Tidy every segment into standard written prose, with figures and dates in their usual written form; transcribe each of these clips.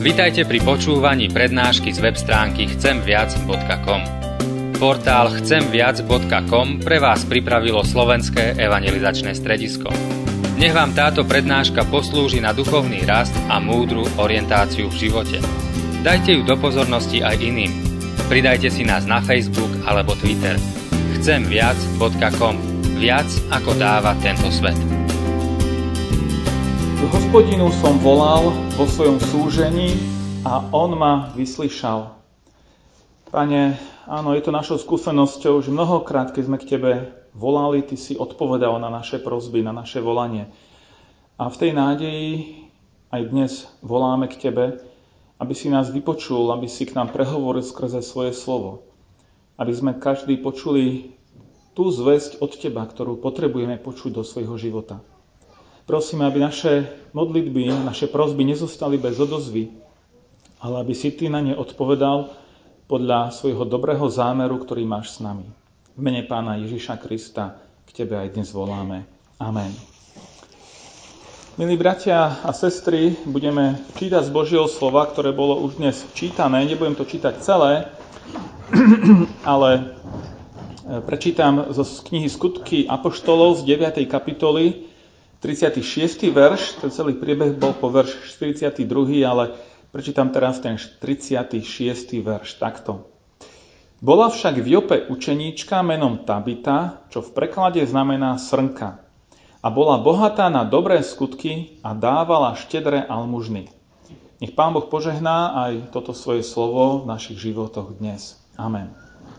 Vitajte pri počúvaní prednášky z web stránky chcemviac.com. Portál chcemviac.com pre vás pripravilo Slovenské evangelizačné stredisko. Nech vám táto prednáška poslúži na duchovný rast a múdru orientáciu v živote. Dajte ju do pozornosti aj iným. Pridajte si nás na Facebook alebo Twitter. chcemviac.com. Viac ako dáva tento svet. K Hospodinu som volal vo svojom súžení a on ma vyslyšal. Pane, áno, je to našou skúsenosťou, že mnohokrát, keď sme k Tebe volali, Ty si odpovedal na naše prosby, na naše volanie. A v tej nádeji aj dnes voláme k Tebe, aby si nás vypočul, aby si k nám prehovoril skrze svoje slovo. Aby sme každý počuli tú zvesť od Teba, ktorú potrebujeme počuť do svojho života. Prosíme, aby naše modlitby, naše prosby nezostali bez odozvy, ale aby si Ty na ne odpovedal podľa svojho dobrého zámeru, ktorý máš s nami. V mene Pána Ježiša Krista k Tebe aj dnes voláme. Amen. Milí bratia a sestry, budeme čítať z Božieho slova, ktoré bolo už dnes čítané. Nebudem to čítať celé, ale prečítam zo knihy Skutky apoštolov z 9. kapitoly, 36. verš, ten celý priebeh bol po verš 42., ale prečítam teraz ten 36. verš takto. Bola však v Jope učeníčka menom Tabita, čo v preklade znamená srnka, a bola bohatá na dobré skutky a dávala štedré almužny. Nech Pán Boh požehná aj toto svoje slovo v našich životoch dnes. Amen.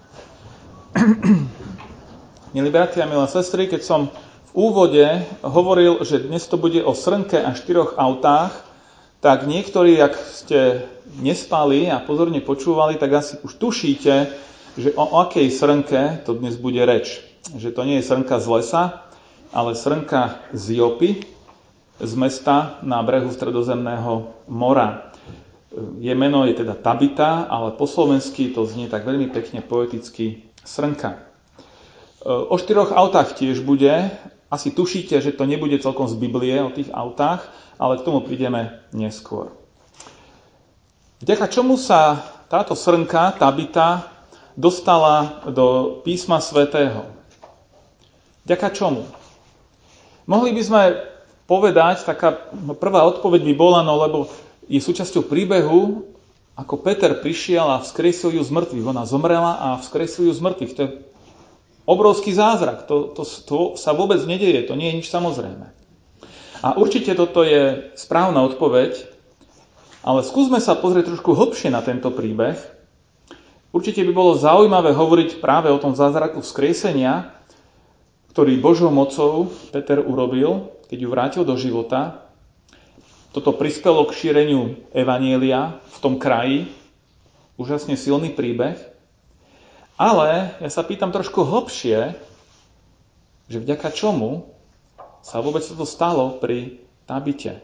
Milí bratia a milé sestry, keď som v úvode hovoril, že dnes to bude o srnke a 4 autách, tak niektorí, ak ste nespali a pozorne počúvali, tak asi už tušíte, že o akej srnke to dnes bude reč. Že to nie je srnka z lesa, ale srnka z Jopy, z mesta na brehu Stredozemného mora. Jej meno je teda Tabita, ale po slovensky to znie tak veľmi pekne poeticky srnka. O 4 autách tiež bude. Asi tušíte, že to nebude celkom z Biblie o tých autách, ale k tomu prídeme neskôr. Vďaka čomu sa táto srnka, Tabita, dostala do písma svätého? Vďaka čomu? Mohli by sme povedať, taká prvá odpoveď by bola, no lebo je súčasťou príbehu, ako Peter prišiel a vzkriesil ju z mŕtvych. Ona zomrela a vzkriesil ju z mŕtvych. To je obrovský zázrak. To sa vôbec nedeje, to nie je nič samozrejme. A určite toto je správna odpoveď, ale skúsme sa pozrieť trošku hlbšie na tento príbeh. Určite by bolo zaujímavé hovoriť práve o tom zázraku vzkriesenia, ktorý Božou mocou Peter urobil, keď ju vrátil do života. Toto prispelo k šíreniu evanjelia v tom kraji. Úžasne silný príbeh. Ale ja sa pýtam trošku hlbšie, že vďaka čomu sa vôbec toto stalo pri Tabite.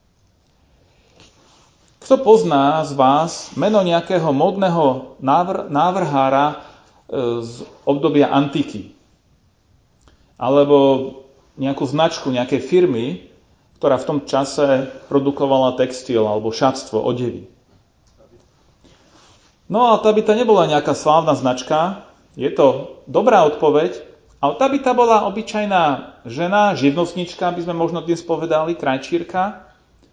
Kto pozná z vás meno nejakého módneho návrhára z obdobia antiky? Alebo nejakú značku, nejaké firmy, ktorá v tom čase produkovala textil alebo šatstvo, odevy? No a Tabita nebola nejaká slávna značka, je to dobrá odpoveď, ale Tabita bola obyčajná žena, živnostnička, by sme možno dnes povedali, krajčírka,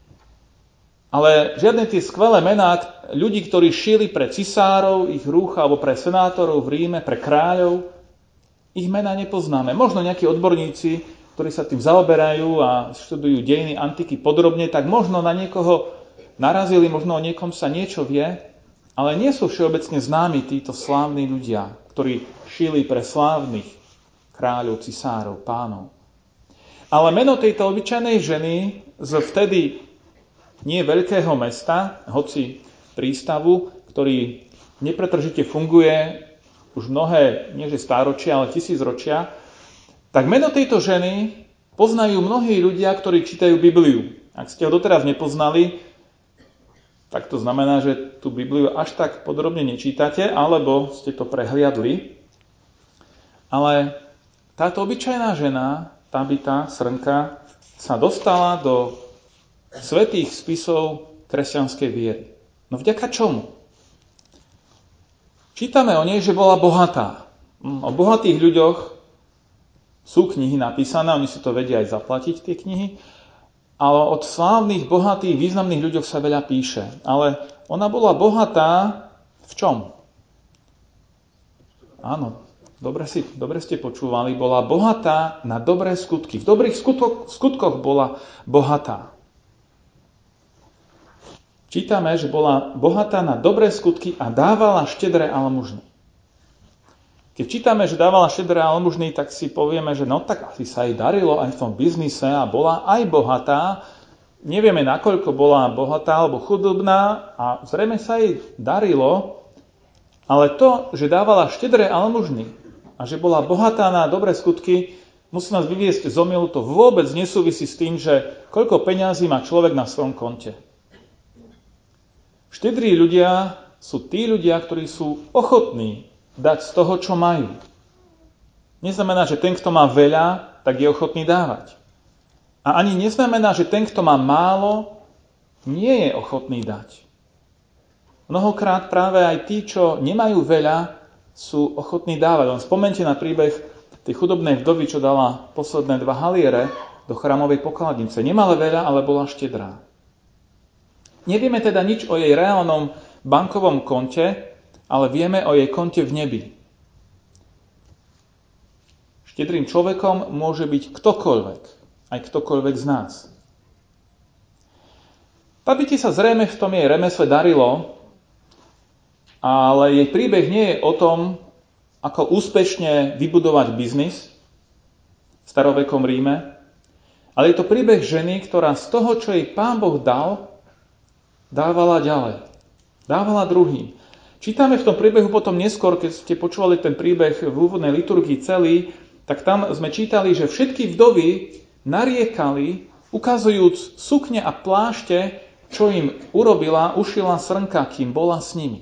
ale žiadne tie skvelé mená ľudí, ktorí šili pre cisárov, ich rúcha, alebo pre senátorov v Ríme, pre kráľov, ich mená nepoznáme. Možno nejakí odborníci, ktorí sa tým zaoberajú a študujú dejiny antiky podrobne, tak možno na niekoho narazili, možno o niekom sa niečo vie, ale nie sú všeobecne známi títo slávni ľudia, ktorí šili pre slávnych kráľov, cisárov, pánov. Ale meno tejto obyčajnej ženy z vtedy nie veľkého mesta, hoci prístavu, ktorý nepretržite funguje už mnohé, nie že stáročia, ale 1000 ročia, tak meno tejto ženy poznajú mnohí ľudia, ktorí čítajú Bibliu. Ak ste ho doteraz nepoznali, tak to znamená, že tú Bibliu až tak podrobne nečítate, alebo ste to prehliadli. Ale táto obyčajná žena, Tabita, srnka, sa dostala do svätých spisov kresťanskej viery. No vďaka čomu? Čítame o nej, že bola bohatá. O bohatých ľuďoch sú knihy napísané, oni si to vedia aj zaplatiť, tie knihy, ale od slávnych, bohatých, významných ľuďoch sa veľa píše. Ale ona bola bohatá v čom? Áno, dobre ste počúvali, bola bohatá na dobré skutky. V dobrých skutkoch bola bohatá. Čítame, že bola bohatá na dobré skutky a dávala štedré almužny. Keď čítame, že dávala štedré almužny, tak si povieme, že no tak asi sa jej darilo aj v tom biznise a bola aj bohatá. Nevieme, nakoľko bola bohatá alebo chudobná a zrejme sa jej darilo, ale to, že dávala štedré almužny a že bola bohatá na dobré skutky, musí nás vyviesť z omylu, to vôbec nesúvisí s tým, že koľko peňazí má človek na svojom konte. Štedrí ľudia sú tí ľudia, ktorí sú ochotní dať z toho, čo majú. Neznamená, že ten, kto má veľa, tak je ochotný dávať. A ani neznamená, že ten, kto má málo, nie je ochotný dať. Mnohokrát práve aj tí, čo nemajú veľa, sú ochotní dávať. Len spomente na príbeh tej chudobnej vdovy, čo dala posledné 2 haliere do chrámovej pokladnice. Nemala veľa, ale bola štedrá. Nevieme teda nič o jej reálnom bankovom konte, ale vieme o jej konte v nebi. Štedrým človekom môže byť ktokoľvek, aj ktokoľvek z nás. Tabite sa zrejme v tom jej remesle darilo, ale jej príbeh nie je o tom, ako úspešne vybudovať biznis v starovekom Ríme, ale je to príbeh ženy, ktorá z toho, čo jej Pán Boh dal, dávala ďalej. Dávala druhým. Čítame v tom príbehu potom neskôr, keď ste počúvali ten príbeh v úvodnej liturgii celý, tak tam sme čítali, že všetky vdovy nariekali, ukazujúc sukne a plášte, čo im urobila, ušila srnka, kým bola s nimi.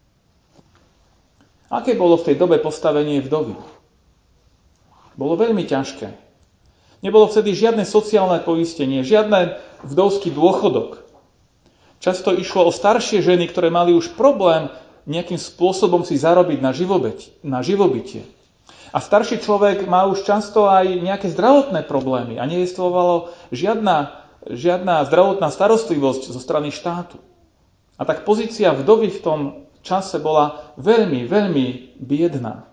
Aké bolo v tej dobe postavenie vdovy? Bolo veľmi ťažké. Nebolo vtedy žiadne sociálne poistenie, žiadny vdovský dôchodok. Často išlo o staršie ženy, ktoré mali už problém nejakým spôsobom si zarobiť na živobytie. A starší človek má už často aj nejaké zdravotné problémy a neexistovala žiadna zdravotná starostlivosť zo strany štátu. A tak pozícia vdovy v tom čase bola veľmi, veľmi biedná.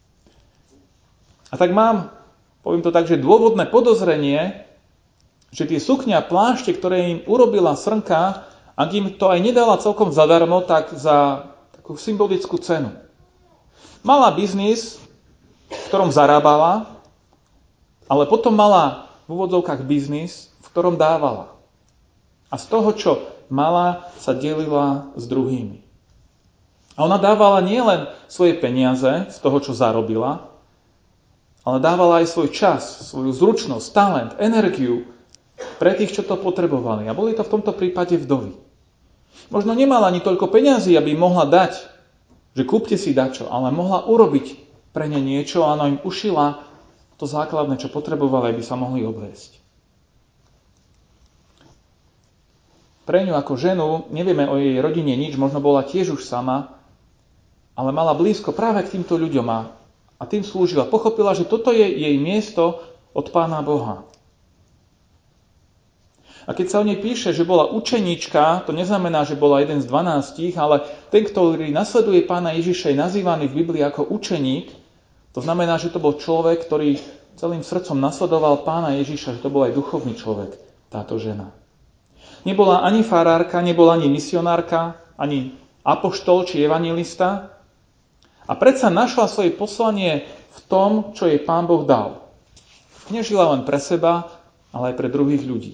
A tak mám, poviem to tak, že dôvodné podozrenie, že tie sukne a plášte, ktoré im urobila srnka, ak im to aj nedala celkom zadarmo, tak za takú symbolickú cenu. Mala biznis, v ktorom zarábala, ale potom mala v úvodzovkách biznis, v ktorom dávala. A z toho, čo mala, sa delila s druhými. A ona dávala nielen svoje peniaze z toho, čo zarobila, ale dávala aj svoj čas, svoju zručnosť, talent, energiu pre tých, čo to potrebovali. A boli to v tomto prípade vdovy. Možno nemala ani toľko peňazí, aby mohla dať, že kúpte si dačo, ale mohla urobiť pre ne niečo a ona im ušila to základné, čo potrebovali, aby sa mohli obviesť. Pre ňu ako ženu, nevieme o jej rodine nič, možno bola tiež už sama, ale mala blízko práve k týmto ľuďom a tým slúžila. Pochopila, že toto je jej miesto od Pána Boha. A keď sa o nej píše, že bola učeníčka, to neznamená, že bola jeden z 12, ale ten, ktorý nasleduje Pána Ježiša, je nazývaný v Biblii ako učeník. To znamená, že to bol človek, ktorý celým srdcom nasledoval Pána Ježiša, že to bol aj duchovný človek, táto žena. Nebola ani farárka, nebola ani misionárka, ani apoštol či evanjelista. A predsa našla svoje poslanie v tom, čo jej Pán Boh dal. Nežila len pre seba, ale aj pre druhých ľudí.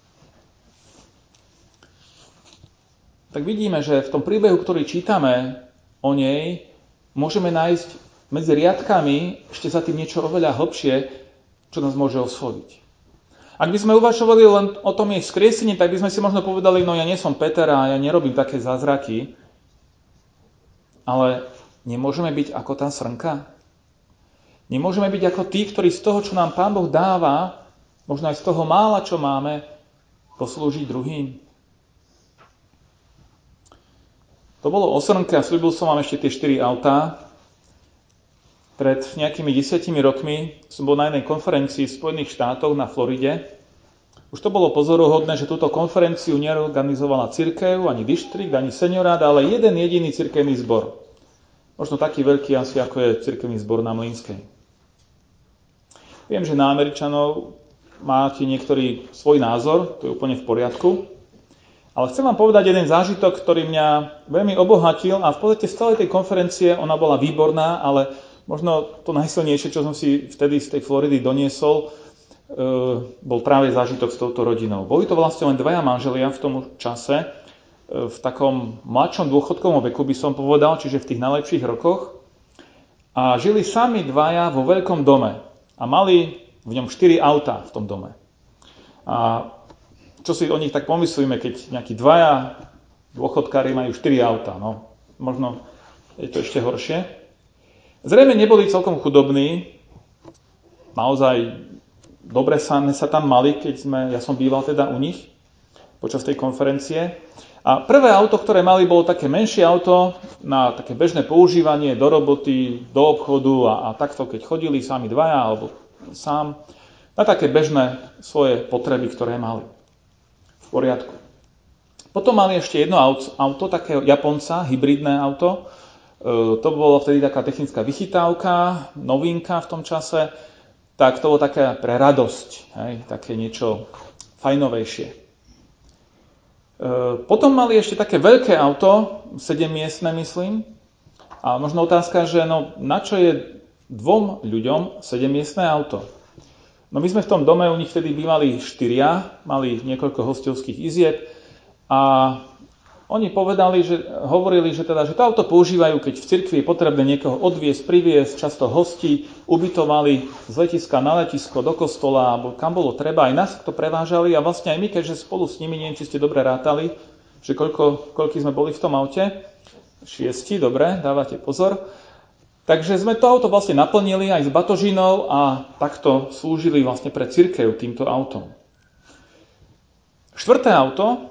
Tak vidíme, že v tom príbehu, ktorý čítame o nej, môžeme nájsť medzi riadkami ešte za tým niečo oveľa hlbšie, čo nás môže osloviť. Ak by sme uvažovali len o tom jej vzkriesení, tak by sme si možno povedali, no ja nie som Peter a ja nerobím také zázraky, ale nemôžeme byť ako tá srnka? Nemôžeme byť ako tí, ktorí z toho, čo nám Pán Boh dáva, možno aj z toho mála, čo máme, poslúžiť druhým? To bolo o srnke a sľúbil som vám ešte tie 4 autá. Pred nejakými 10 rokmi som bol na jednej konferencii v Spojených štátoch na Floride. Už to bolo pozoruhodné, že túto konferenciu neorganizovala cirkev, ani dištrikt, ani seniorát, ale jeden jediný cirkevný zbor. Možno taký veľký asi, ako je cirkevný zbor na Mlynskej. Viem, že na Američanov máte niektorý svoj názor, to je úplne v poriadku. Ale chcem vám povedať jeden zážitok, ktorý mňa veľmi obohatil a v podstate z celej tej konferencie ona bola výborná, ale možno to najsilnejšie, čo som si vtedy z tej Floridy doniesol, bol práve zážitok s touto rodinou. Boli to vlastne len 2 manželia v tom čase, v takom mladšom dôchodkovom veku by som povedal, čiže v tých najlepších rokoch. A žili sami 2 vo veľkom dome a mali v ňom 4 autá v tom dome. A čo si o nich tak pomyslíme, keď nejakí 2 dôchodkári majú 4 autá, no možno je to ešte horšie. Zrejme neboli celkom chudobní, naozaj dobre sa tam mali, ja som býval teda u nich počas tej konferencie. A prvé auto, ktoré mali, bolo také menšie auto na také bežné používanie do roboty, do obchodu a takto, keď chodili sami 2 alebo sám, na také bežné svoje potreby, ktoré mali. V poriadku. Potom mali ešte jedno auto, také Japonca, hybridné auto. To bolo vtedy taká technická vychytávka, novinka v tom čase, tak to bolo také pre radosť, hej, také niečo fajnovejšie. Potom mali ešte také veľké auto, 7-miestne myslím, a možno otázka, že na čo je 2 ľuďom 7-miestne auto? No my sme v tom dome, u nich vtedy bývali 4, mali niekoľko hostovských izieb a oni hovorili, že to auto používajú, keď v cirkvi je potrebné niekoho odviesť, priviesť, často hostí, ubytovali z letiska na letisko, do kostola, alebo kam bolo treba, aj nás to prevážali a vlastne aj my, keďže spolu s nimi, neviem, či ste dobre rátali, že koľko sme boli v tom aute, 6, dobre, dávate pozor. Takže sme to auto vlastne naplnili aj s batožinou a takto slúžili vlastne pre cirkev týmto autom. 4. auto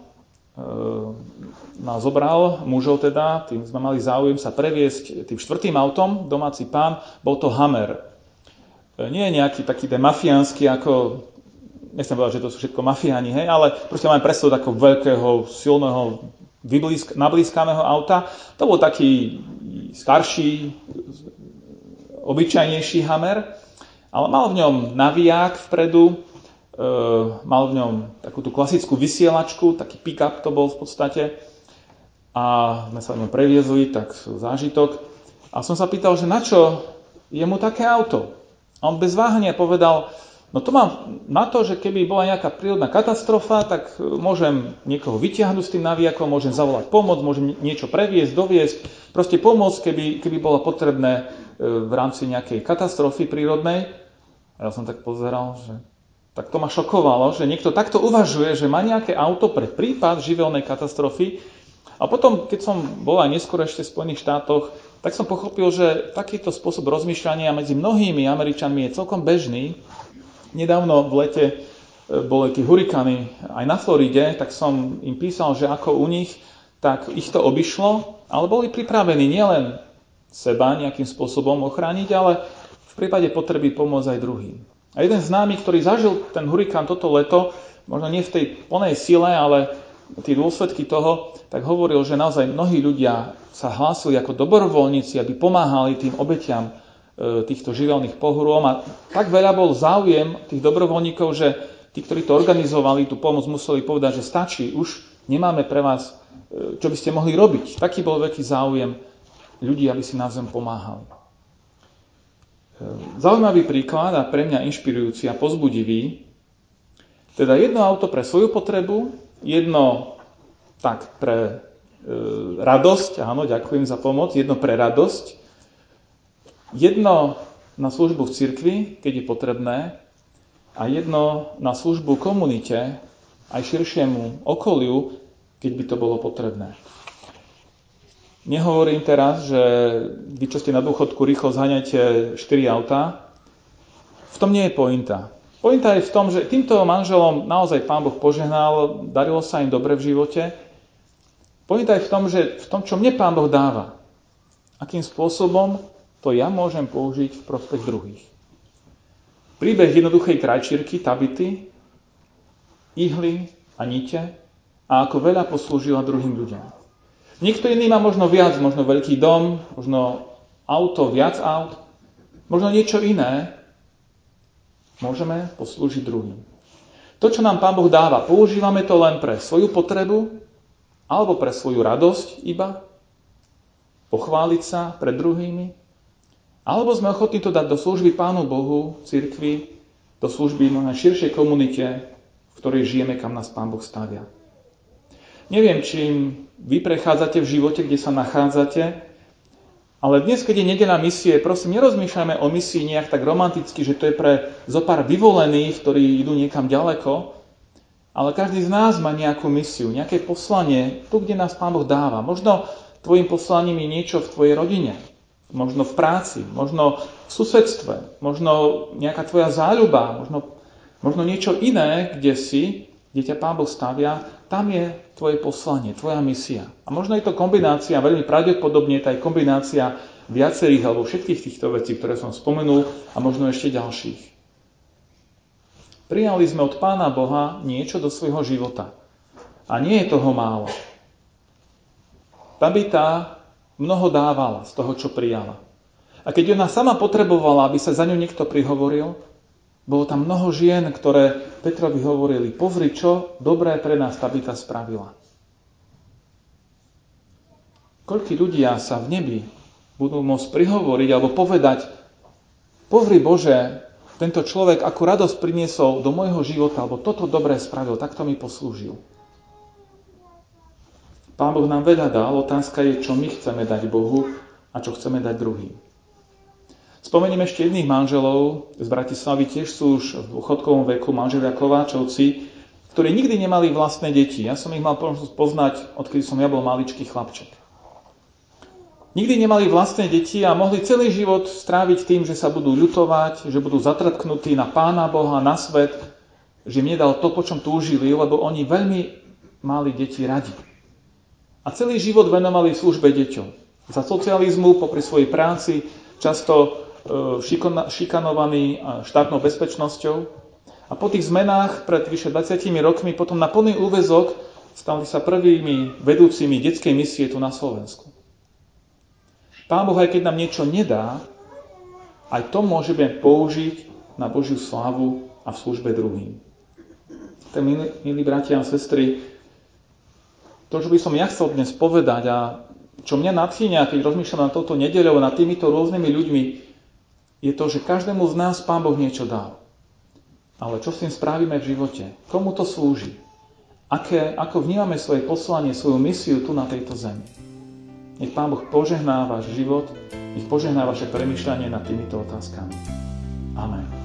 nás zobral, mužov teda, tým sme mali záujem sa previesť tým 4. autom, domáci pán, bol to Hammer. Nie je nejaký taký ten mafiánsky, ako, nechcem povedať, že to sú všetko mafiáni, hej, ale proste máme predstavu takého veľkého, silného, nablízkaného auta. To bol taký starší, obyčajnejší Hammer, ale mal v ňom naviják vpredu, mal v ňom takú tú klasickú vysielačku, taký pick-up to bol v podstate a sme sa v ňom previezli, tak zážitok. A som sa pýtal, že na čo je mu také auto? A on bez váhania povedal, no to mám na to, že keby bola nejaká prírodná katastrofa, tak môžem niekoho vytiahnuť s tým navijakom, môžem zavolať pomoc, môžem niečo previesť, doviesť, proste pomôcť, keby bolo potrebné v rámci nejakej katastrofy prírodnej. A ja som tak pozeral, že tak to ma šokovalo, že niekto takto uvažuje, že má nejaké auto pre prípad živelnej katastrofy. A potom, keď som bol aj neskôr ešte v Spojených štátoch, tak som pochopil, že takýto spôsob rozmýšľania medzi mnohými Američanmi je celkom bežný. Nedávno v lete boli tie hurikány aj na Floride, tak som im písal, že ako u nich, tak ich to obišlo, ale boli pripravení nielen seba nejakým spôsobom ochrániť, ale v prípade potreby pomôcť aj druhým. A jeden známy, ktorý zažil ten hurikán toto leto, možno nie v tej plnej sile, ale tie dôsledky toho, tak hovoril, že naozaj mnohí ľudia sa hlásili ako dobrovoľníci, aby pomáhali tým obetiam týchto živelných pohrôm. A tak veľa bol záujem tých dobrovoľníkov, že tí, ktorí to organizovali, tú pomoc museli povedať, že stačí, už nemáme pre vás, čo by ste mohli robiť. Taký bol veľký záujem ľudí, aby si navzájom pomáhali. Zaujímavý príklad a pre mňa inšpirujúci a povzbudivý. Teda jedno auto pre svoju potrebu, jedno tak pre radosť, áno, ďakujem za pomoc, jedno pre radosť, jedno na službu v cirkvi, keď je potrebné, a jedno na službu komunite, aj širšiemu okoliu, keď by to bolo potrebné. Nehovorím teraz, že vy, čo ste na dôchodku, rýchlo zháňate 4 autá. V tom nie je pointa. Pointa je v tom, že týmto manželom naozaj Pán Boh požehnal, darilo sa im dobre v živote. Pointa je v tom, čo mne Pán Boh dáva. Akým spôsobom to ja môžem použiť v prospech druhých. Príbeh jednoduchej krajčírky Tabity, ihly a nite a ako veľa poslúžila druhým ľuďom. Niekto iný má možno viac, možno veľký dom, možno auto, viac aut, možno niečo iné. Môžeme poslúžiť druhým. To, čo nám Pán Boh dáva, používame to len pre svoju potrebu alebo pre svoju radosť iba, pochváliť sa pred druhými, alebo sme ochotní to dať do služby Pánu Bohu, cirkvi, do služby na širšej komunite, v ktorej žijeme, kam nás Pán Boh stavia. Neviem, čím vy prechádzate v živote, kde sa nachádzate, ale dnes, keď je nedeľa misie, prosím, nerozmýšľajme o misii nejak tak romanticky, že to je pre zopár vyvolených, ktorí idú niekam ďaleko, ale každý z nás má nejakú misiu, nejaké poslanie, tu, kde nás Pán Boh dáva. Možno tvojim poslaním je niečo v tvojej rodine, možno v práci, možno v susedstve, možno nejaká tvoja záľuba, možno niečo iné, kde ťa Pán Boh stavia, tam je tvoje poslanie, tvoja misia. A možno je to kombinácia, veľmi pravdepodobne je to aj kombinácia viacerých alebo všetkých týchto vecí, ktoré som spomenul a možno ešte ďalších. Prijali sme od Pána Boha niečo do svojho života. A nie je toho málo. Tabita mnoho dávala z toho, čo prijala. A keď ona sama potrebovala, aby sa za ňu niekto prihovoril, bolo tam mnoho žien, ktoré Petrovi hovorili, pozri, čo dobré pre nás Tabita spravila. Koľkí ľudia sa v nebi budú môcť prihovoriť alebo povedať, pozri Bože, tento človek akú radosť priniesol do môjho života, alebo toto dobré spravil, takto mi poslúžil. Pán Boh nám veľa dal, otázka je, čo my chceme dať Bohu a čo chceme dať druhým. Spomeniem ešte jedných manželov z Bratislavy, tiež sú už v dôchodkovom veku, manželia Kováčovci, ktorí nikdy nemali vlastné deti. Ja som ich mal poznať, odkedy som ja bol maličký chlapček. Nikdy nemali vlastné deti a mohli celý život stráviť tým, že sa budú ľutovať, že budú zatrpknutí na Pána Boha, na svet, že im nedal to, po čom túžili, lebo oni veľmi mali deti radi. A celý život venovali službe deťom. Za socializmu, popri svojej práci, často šikanovaní štátnou bezpečnosťou. A po tých zmenách pred vyše 20 rokmi potom na plný úväzok stali sa prvými vedúcimi detskej misie tu na Slovensku. Pán Boh, aj keď nám niečo nedá, aj to môžeme použiť na Božiu slávu a v službe druhým. Milí bratia a sestry, to, čo by som ja chcel dnes povedať a čo mňa nadchýňa, keď rozmýšľam nad touto nedeľou, nad týmito rôznymi ľuďmi, je to, že každému z nás Pán Boh niečo dal. Ale čo s tým spravíme v živote? Komu to slúži? Ako vnímame svoje poslanie, svoju misiu tu na tejto zemi? Nech Pán Boh požehná váš život, nech požehná vaše premýšľanie nad týmito otázkami. Amen.